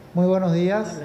Muy buenos días.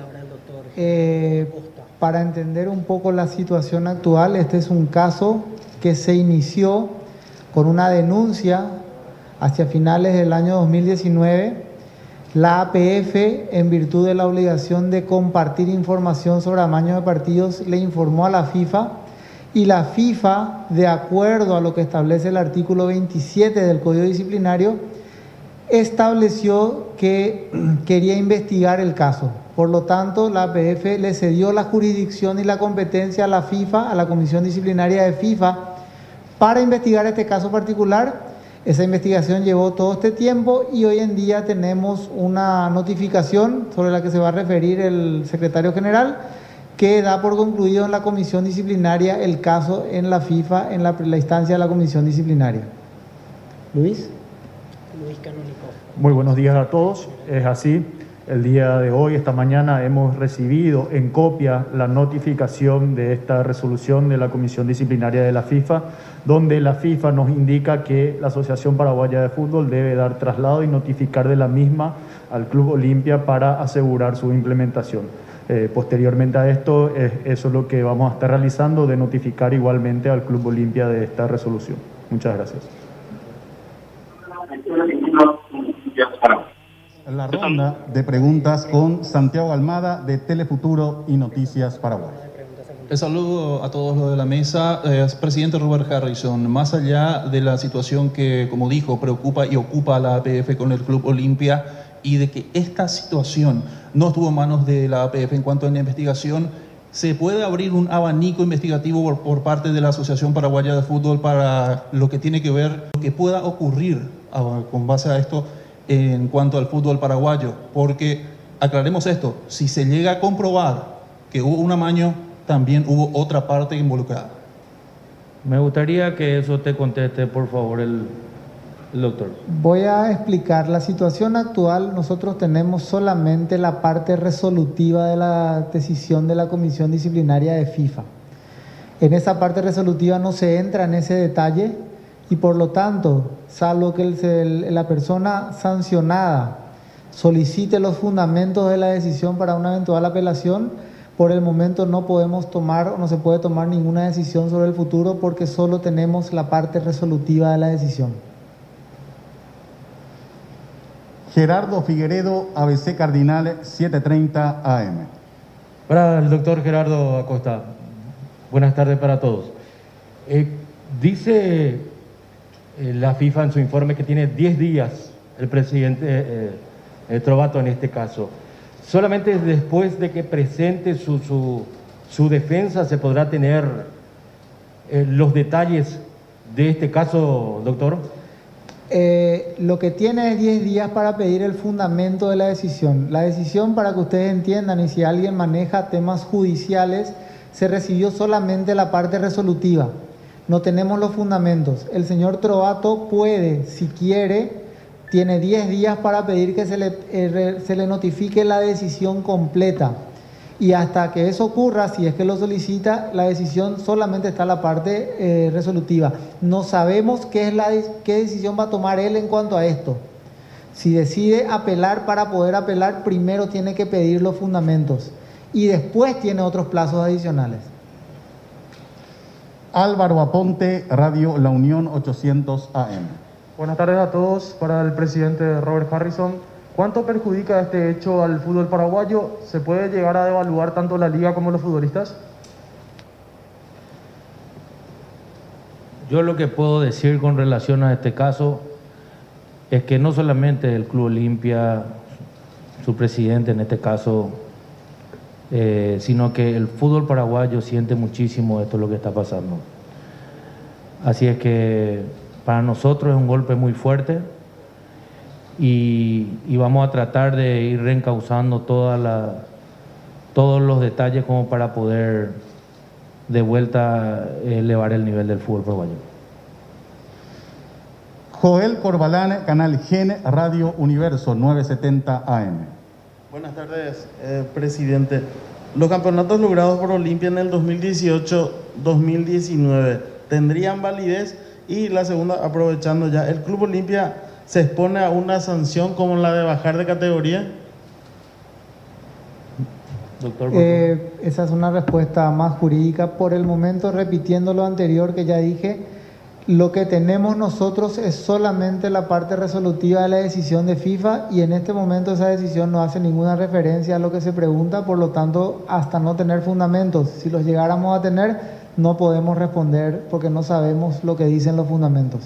Para entender un poco la situación actual, este es un caso que se inició con una denuncia hacia finales del año 2019. La APF, en virtud de la obligación de compartir información sobre amaños de partidos, le informó a la FIFA, y la FIFA, de acuerdo a lo que establece el artículo 27 del Código Disciplinario, estableció que quería investigar el caso. Por lo tanto, la APF le cedió la jurisdicción y la competencia a la FIFA, a la Comisión Disciplinaria de FIFA, para investigar este caso particular. Esa investigación llevó todo este tiempo y hoy en día tenemos una notificación sobre la que se va a referir el secretario general, que da por concluido en la Comisión Disciplinaria el caso en la FIFA, en la instancia de la Comisión Disciplinaria. Luis Canónico. Muy buenos días a todos. Es así, el día de hoy, esta mañana, hemos recibido en copia la notificación de esta resolución de la Comisión Disciplinaria de la FIFA, donde la FIFA nos indica que la Asociación Paraguaya de Fútbol debe dar traslado y notificar de la misma al Club Olimpia para asegurar su implementación. Posteriormente a esto, eso es lo que vamos a estar realizando, de notificar igualmente al Club Olimpia de esta resolución. Muchas gracias. La ronda de preguntas con Santiago Almada de Telefuturo y Noticias Paraguay. El saludo a todos los de la mesa. Presidente Robert Harrison, más allá de la situación que, como dijo, preocupa y ocupa a la APF con el Club Olimpia, y de que esta situación no estuvo en manos de la APF en cuanto a la investigación, ¿se puede abrir un abanico investigativo por parte de la Asociación Paraguaya de Fútbol para lo que tiene que ver, lo que pueda ocurrir con base a esto en cuanto al fútbol paraguayo? Porque, aclaremos esto, si se llega a comprobar que hubo un amaño, también hubo otra parte involucrada. Me gustaría que eso te conteste, por favor, el doctor. Voy a explicar. La situación actual, nosotros tenemos solamente la parte resolutiva de la decisión de la Comisión Disciplinaria de FIFA. En esa parte resolutiva no se entra en ese detalle y, por lo tanto, salvo que la persona sancionada solicite los fundamentos de la decisión para una eventual apelación, por el momento no podemos tomar o no se puede tomar ninguna decisión sobre el futuro, porque solo tenemos la parte resolutiva de la decisión. Gerardo Figueredo, ABC Cardinal, 7:30 AM. Para el doctor Gerardo Acosta, buenas tardes para todos. Dice la FIFA en su informe que tiene 10 días el presidente Trovato en este caso. Solamente después de que presente su defensa se podrá tener los detalles de este caso, doctor. Lo que tiene es 10 días para pedir el fundamento de la decisión. La decisión, para que ustedes entiendan, y si alguien maneja temas judiciales, se recibió solamente la parte resolutiva. No tenemos los fundamentos. El señor Trovato puede, si quiere, tiene 10 días para pedir que se le notifique la decisión completa. Y hasta que eso ocurra, si es que lo solicita, la decisión solamente está la parte resolutiva. No sabemos qué decisión va a tomar él en cuanto a esto. Si decide apelar, para poder apelar, primero tiene que pedir los fundamentos y después tiene otros plazos adicionales. Álvaro Aponte, Radio La Unión, 800 AM. Buenas tardes a todos. Para el presidente Robert Harrison, ¿cuánto perjudica este hecho al fútbol paraguayo? ¿Se puede llegar a devaluar tanto la liga como los futbolistas? Yo lo que puedo decir con relación a este caso es que no solamente el Club Olimpia, su presidente en este caso, sino que el fútbol paraguayo siente muchísimo esto lo que está pasando. Así es que para nosotros es un golpe muy fuerte y vamos a tratar de ir reencauzando todos los detalles como para poder de vuelta elevar el nivel del fútbol paraguayo. Joel Corbalán, Canal Gen, Radio Universo, 970 AM. Buenas tardes, presidente. Los campeonatos logrados por Olimpia en el 2018-2019 tendrían validez. Y la segunda, aprovechando ya, ¿el Club Olimpia se expone a una sanción como la de bajar de categoría? Doctor. Esa es una respuesta más jurídica. Por el momento, repitiendo lo anterior que ya dije, lo que tenemos nosotros es solamente la parte resolutiva de la decisión de FIFA y en este momento esa decisión no hace ninguna referencia a lo que se pregunta, por lo tanto, hasta no tener fundamentos, si los llegáramos a tener, no podemos responder porque no sabemos lo que dicen los fundamentos.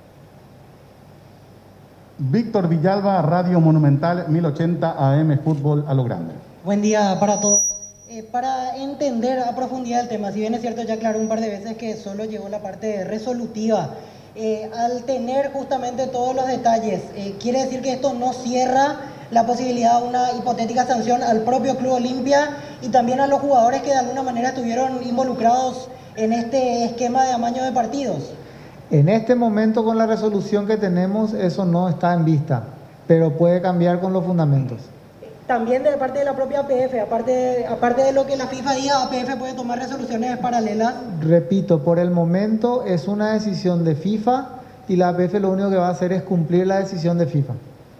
Víctor Villalba, Radio Monumental 1080 AM, Fútbol a lo Grande. Buen día para todos. Para entender a profundidad el tema, si bien es cierto, ya aclaró un par de veces que solo llegó la parte resolutiva, al tener justamente todos los detalles, ¿quiere decir que esto no cierra la posibilidad de una hipotética sanción al propio Club Olimpia y también a los jugadores que de alguna manera estuvieron involucrados en este esquema de amaño de partidos? En este momento, con la resolución que tenemos, eso no está en vista, pero puede cambiar con los fundamentos. También de parte de la propia APF, aparte de lo que la FIFA diga, APF puede tomar resoluciones paralelas. Repito, por el momento es una decisión de FIFA y la APF lo único que va a hacer es cumplir la decisión de FIFA.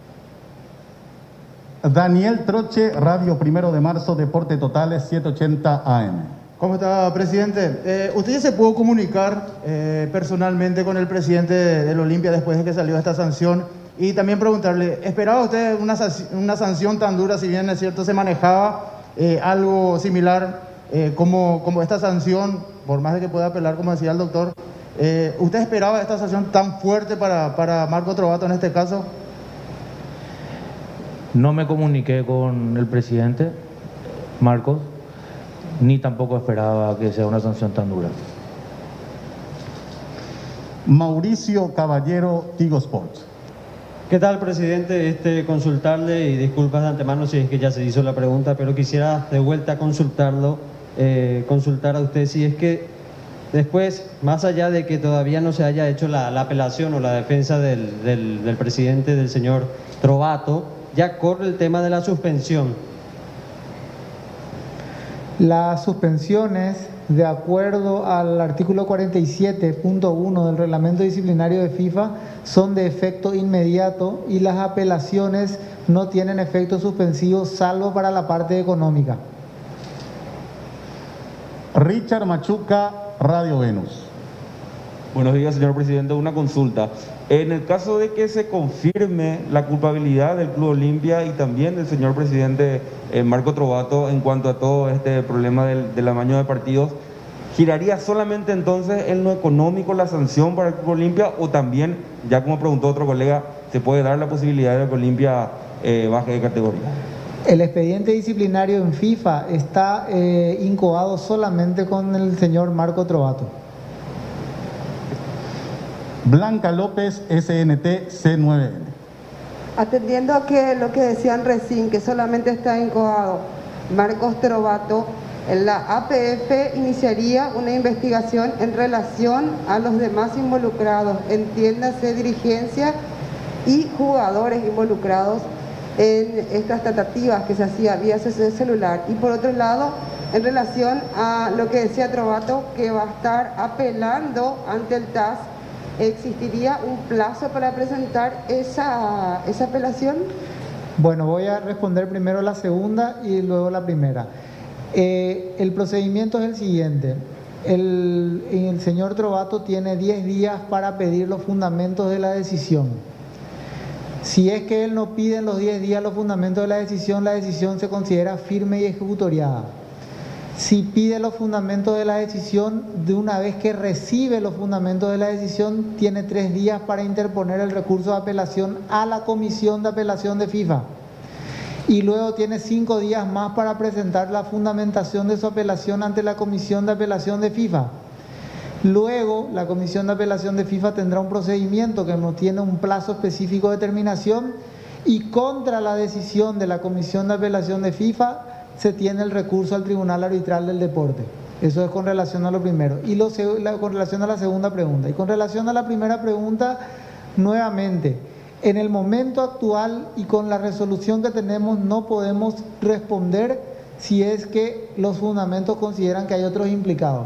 Daniel Troche, Radio 1 de Marzo, Deporte Totales 780 AM. ¿Cómo está, presidente? ¿Usted ya se pudo comunicar personalmente con el presidente del Olimpia después de que salió esta sanción? Y también preguntarle, ¿esperaba usted una sanción tan dura, si bien es cierto se manejaba algo similar como esta sanción, por más de que pueda apelar, como decía el doctor? ¿Usted esperaba esta sanción tan fuerte para Marco Trovato en este caso? No me comuniqué con el presidente, Marcos, ni tampoco esperaba que sea una sanción tan dura. Mauricio Caballero, Tigo Sports. ¿Qué tal, presidente? Consultarle, y disculpas de antemano si es que ya se hizo la pregunta, pero quisiera de vuelta consultar a usted si es que después, más allá de que todavía no se haya hecho la apelación o la defensa del presidente, del señor Trovato, ya corre el tema de la suspensión. Las suspensiones, de acuerdo al artículo 47.1 del reglamento disciplinario de FIFA, son de efecto inmediato y las apelaciones no tienen efecto suspensivo salvo para la parte económica. Richard Machuca, Radio Venus. Buenos días, señor presidente. Una consulta. En el caso de que se confirme la culpabilidad del Club Olimpia y también del señor presidente Marco Trovato en cuanto a todo este problema del amaño de partidos, ¿giraría solamente entonces en lo económico la sanción para el Club Olimpia o también, ya como preguntó otro colega, se puede dar la posibilidad de que Olimpia baje de categoría? El expediente disciplinario en FIFA está incoado solamente con el señor Marco Trovato. Blanca López, SNT C9N. Atendiendo a que lo que decían recién, que solamente está incoado Marcos Trovato, la APF iniciaría una investigación en relación a los demás involucrados, entiéndase dirigencia y jugadores involucrados en estas tratativas que se hacía vía celular. Y por otro lado, en relación a lo que decía Trovato, que va a estar apelando ante el TAS, ¿existiría un plazo para presentar esa apelación? Bueno, voy a responder primero la segunda y luego la primera. El procedimiento es el siguiente. El señor Trovato tiene 10 días para pedir los fundamentos de la decisión. Si es que él no pide en los 10 días los fundamentos de la decisión se considera firme y ejecutoriada. Si pide los fundamentos de la decisión, de una vez que recibe los fundamentos de la decisión, tiene 3 días para interponer el recurso de apelación a la Comisión de Apelación de FIFA. Y luego tiene 5 días más para presentar la fundamentación de su apelación ante la Comisión de Apelación de FIFA. Luego, la Comisión de Apelación de FIFA tendrá un procedimiento que no tiene un plazo específico de terminación y contra la decisión de la Comisión de Apelación de FIFA se tiene el recurso al Tribunal Arbitral del Deporte. Eso es con relación a lo primero. Y con relación a la segunda pregunta. Y con relación a la primera pregunta, nuevamente, en el momento actual y con la resolución que tenemos no podemos responder si es que los fundamentos consideran que hay otros implicados.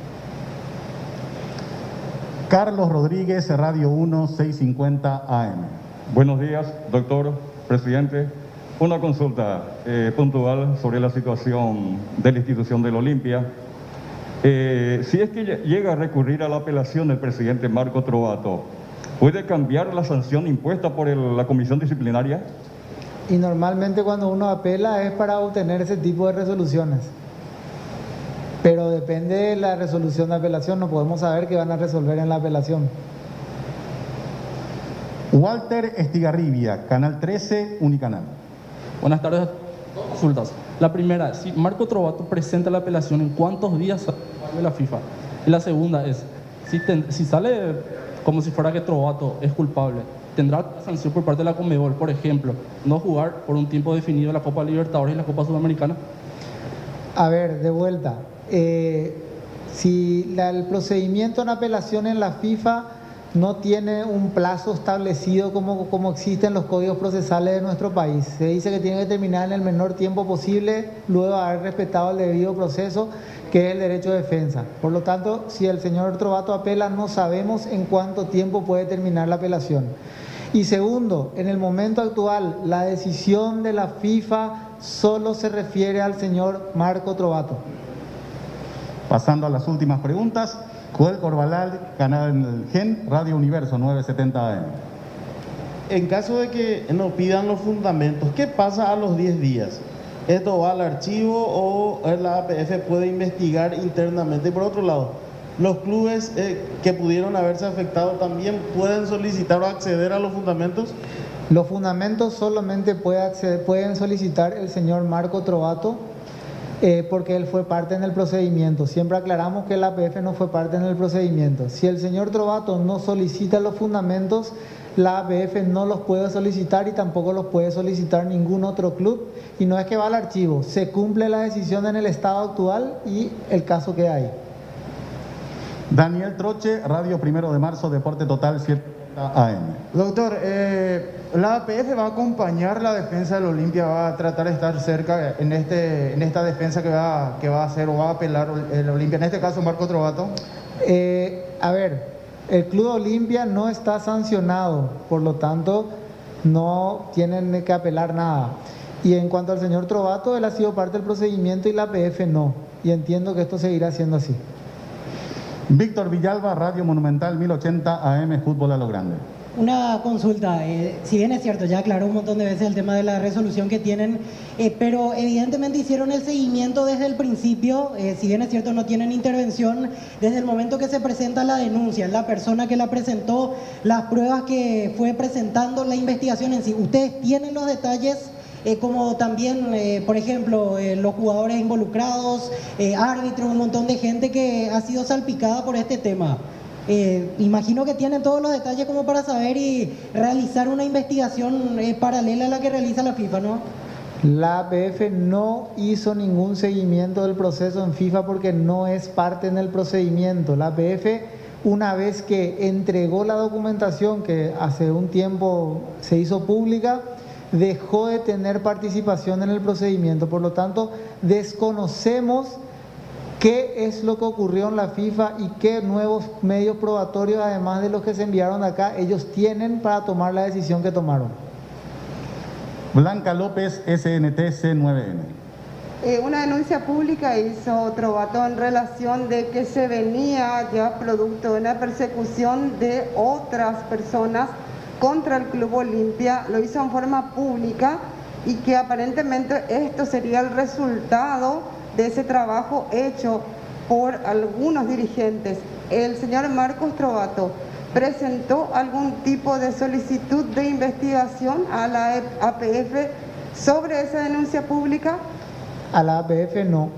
Carlos Rodríguez, Radio 1, 650 AM. Buenos días, doctor, presidente. Una consulta puntual sobre la situación de la institución del Olimpia. Si es que llega a recurrir a la apelación del presidente Marco Trovato, ¿puede cambiar la sanción impuesta por la comisión disciplinaria? Y normalmente cuando uno apela es para obtener ese tipo de resoluciones. Pero depende de la resolución de apelación, no podemos saber qué van a resolver en la apelación. Walter Estigarribia, Canal 13, Unicanal. Buenas tardes a todos. Consultas. La primera, si Marco Trovato presenta la apelación, ¿en cuántos días sale de la FIFA? Y la segunda es, si sale como si fuera que Trovato es culpable, ¿tendrá sanción por parte de la Conmebol, por ejemplo, no jugar por un tiempo definido la Copa Libertadores y la Copa Sudamericana? A ver, de vuelta. Si el procedimiento en apelación en la FIFA no tiene un plazo establecido como existen los códigos procesales de nuestro país. Se dice que tiene que terminar en el menor tiempo posible, luego de haber respetado el debido proceso, que es el derecho de defensa. Por lo tanto, si el señor Trovato apela, no sabemos en cuánto tiempo puede terminar la apelación. Y segundo, en el momento actual, la decisión de la FIFA solo se refiere al señor Marco Trovato. Pasando a las últimas preguntas, Joel Corbalal, Canal Gen, Radio Universo 970 AM. En caso de que nos pidan los fundamentos, ¿qué pasa a los 10 días? ¿Esto va al archivo o la APF puede investigar internamente? Y por otro lado, los clubes que pudieron haberse afectado también pueden solicitar o acceder a los fundamentos. Los fundamentos solamente pueden solicitar el señor Marco Trovato, porque él fue parte en el procedimiento. Siempre aclaramos que la APF no fue parte en el procedimiento. Si el señor Trovato no solicita los fundamentos, la APF no los puede solicitar y tampoco los puede solicitar ningún otro club. Y no es que va al archivo, se cumple la decisión en el estado actual y el caso que hay. Daniel Troche, Radio 1 de Marzo, Deporte Total 7 AM. Doctor, la APF va a acompañar la defensa del Olimpia, va a tratar de estar cerca en esta defensa que va a hacer o va a apelar el Olimpia, en este caso Marco Trovato. A ver, el Club Olimpia no está sancionado, por lo tanto no tienen que apelar nada. Y en cuanto al señor Trovato, él ha sido parte del procedimiento y la APF no, y entiendo que esto seguirá siendo así. Víctor Villalba, Radio Monumental 1080 AM, Fútbol a lo Grande. Una consulta, si bien es cierto, ya aclaró un montón de veces el tema de la resolución que tienen, pero evidentemente hicieron el seguimiento desde el principio, si bien es cierto no tienen intervención, desde el momento que se presenta la denuncia, la persona que la presentó, las pruebas que fue presentando, la investigación en sí. ¿Ustedes tienen los detalles? Como también, por ejemplo, los jugadores involucrados, árbitros, un montón de gente que ha sido salpicada por este tema. Imagino que tienen todos los detalles como para saber y realizar una investigación paralela a la que realiza la FIFA, ¿no? La APF no hizo ningún seguimiento del proceso en FIFA porque no es parte en el procedimiento. La APF, una vez que entregó la documentación que hace un tiempo se hizo pública, dejó de tener participación en el procedimiento. Por lo tanto, desconocemos qué es lo que ocurrió en la FIFA y qué nuevos medios probatorios, además de los que se enviaron acá, ellos tienen para tomar la decisión que tomaron. Blanca López, SNT C9N. Una denuncia pública hizo Trovato en relación de que se venía ya producto de una persecución de otras personas contra el Club Olimpia, lo hizo en forma pública y que aparentemente esto sería el resultado de ese trabajo hecho por algunos dirigentes. El señor Marcos Trovato presentó algún tipo de solicitud de investigación a la APF sobre esa denuncia pública. A la APF no.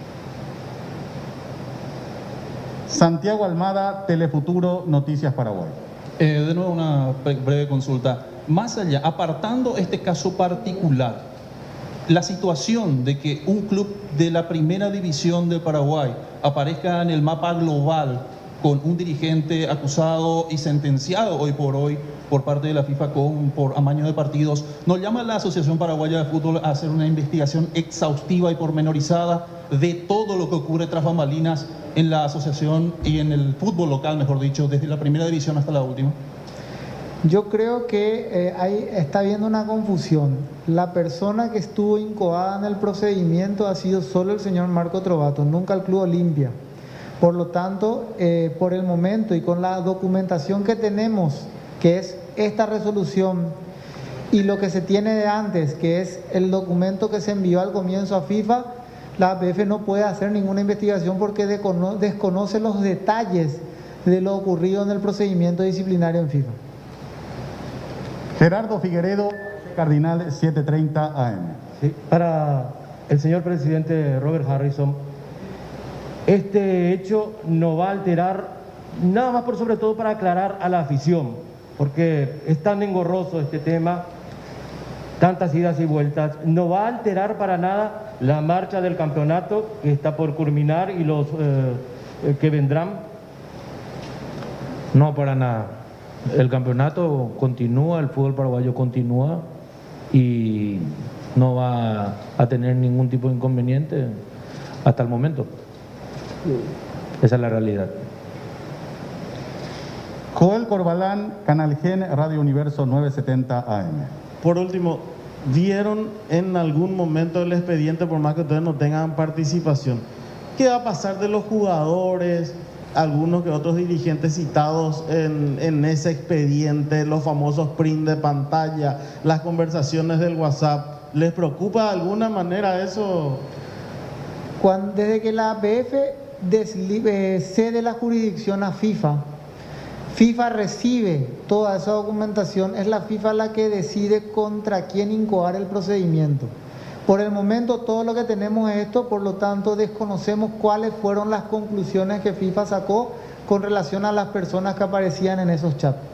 Santiago Almada, Telefuturo, Noticias Paraguay. De nuevo una breve consulta. Más allá, apartando este caso particular, la situación de que un club de la primera división de Paraguay aparezca en el mapa global con un dirigente acusado y sentenciado hoy por hoy por parte de la FIFA por amaño de partidos, ¿nos llama a la Asociación Paraguaya de Fútbol a hacer una investigación exhaustiva y pormenorizada de todo lo que ocurre tras bambalinas en la asociación y en el fútbol local, mejor dicho, desde la primera división hasta la última? Yo creo que ahí está habiendo una confusión. La persona que estuvo incoada en el procedimiento ha sido solo el señor Marco Trovato, nunca el Club Olimpia. Por lo tanto, por el momento y con la documentación que tenemos, que es esta resolución, y lo que se tiene de antes, que es el documento que se envió al comienzo a FIFA, la APF no puede hacer ninguna investigación porque desconoce los detalles de lo ocurrido en el procedimiento disciplinario en FIFA. Gerardo Figueredo, Cardinal 7:30 AM. Sí, para el señor presidente Robert Harrison, este hecho no va a alterar, nada más por sobre todo para aclarar a la afición, porque es tan engorroso este tema, tantas idas y vueltas, no va a alterar para nada la marcha del campeonato que está por culminar y los que vendrán. No, para nada. El campeonato continúa, el fútbol paraguayo continúa y no va a tener ningún tipo de inconveniente hasta el momento. Esa es la realidad. Joel Corbalán, Canal Gen, Radio Universo 970 AM. Por último, ¿vieron en algún momento el expediente, por más que ustedes no tengan participación? ¿Qué va a pasar de los jugadores, algunos que otros dirigentes citados en ese expediente, los famosos print de pantalla, las conversaciones del WhatsApp? ¿Les preocupa de alguna manera eso? Desde que la APF cede la jurisdicción a FIFA, FIFA recibe toda esa documentación, es la FIFA la que decide contra quién incoar el procedimiento. Por el momento todo lo que tenemos es esto, por lo tanto desconocemos cuáles fueron las conclusiones que FIFA sacó con relación a las personas que aparecían en esos chats.